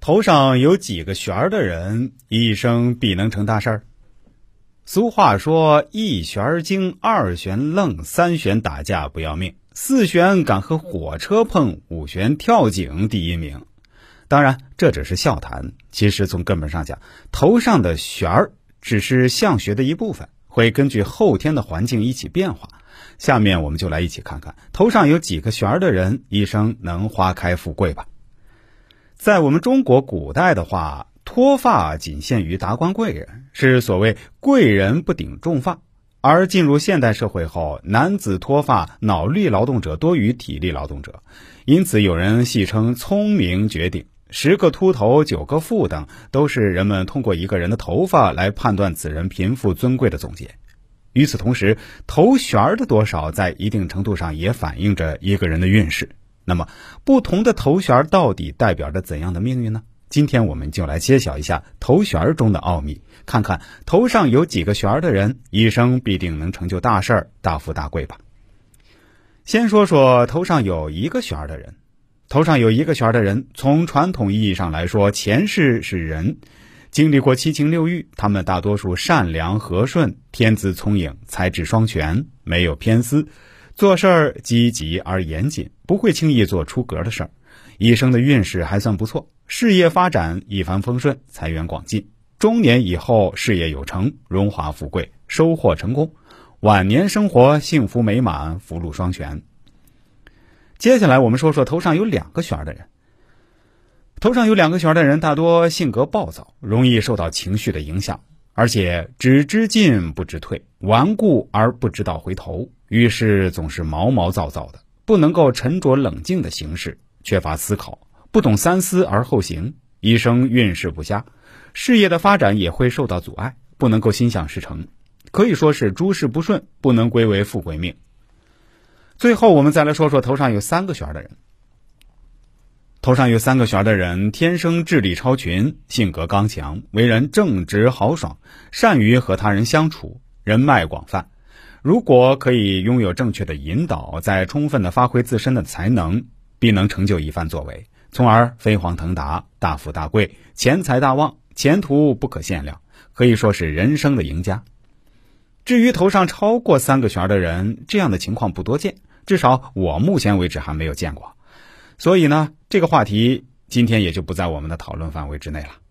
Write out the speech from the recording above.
头上有几个旋儿的人，一生必能成大事儿。俗话说，一旋惊，二旋愣，三旋打架不要命，四旋敢和火车碰，五旋跳井第一名。当然，这只是笑谈。其实从根本上讲，头上的旋儿只是相学的一部分，会根据后天的环境一起变化。下面我们就来一起看看，头上有几个旋儿的人，一生能花开富贵吧。在我们中国古代的话，脱发仅限于达官贵人，是所谓贵人不顶重发。而进入现代社会后，男子脱发，脑力劳动者多于体力劳动者，因此有人戏称聪明绝顶，10个秃头9个富等，都是人们通过一个人的头发来判断此人贫富尊贵的总结。与此同时，头旋儿的多少在一定程度上也反映着一个人的运势。那么不同的头旋儿到底代表着怎样的命运呢？今天我们就来揭晓一下头旋儿中的奥秘，看看头上有几个旋儿的人，一生必定能成就大事儿，大富大贵吧。先说说头上有一个旋儿的人。头上有一个旋儿的人，从传统意义上来说，前世是人，经历过七情六欲，他们大多数善良和顺，天资聪颖，才智双全，没有偏私，做事儿积极而严谨，不会轻易做出格的事儿。一生的运势还算不错，事业发展一帆风顺，财源广进，中年以后事业有成，荣华富贵，收获成功，晚年生活幸福美满，福禄双全。接下来我们说说头上有2个旋儿的人。头上有2个旋儿的人大多性格暴躁，容易受到情绪的影响，而且只知进不知退，顽固而不知道回头，遇事总是毛毛躁躁的，不能够沉着冷静的行事，缺乏思考，不懂三思而后行，一生运势不佳，事业的发展也会受到阻碍，不能够心想事成，可以说是诸事不顺，不能归为富贵命。最后我们再来说说头上有3个旋儿的人。头上有3个旋儿的人，天生智力超群，性格刚强，为人正直豪爽，善于和他人相处，人脉广泛。如果可以拥有正确的引导，再充分的发挥自身的才能，必能成就一番作为，从而飞黄腾达，大富大贵，钱财大旺，前途不可限量，可以说是人生的赢家。至于头上超过3个旋儿的人，这样的情况不多见，至少我目前为止还没有见过。所以呢，这个话题今天也就不在我们的讨论范围之内了。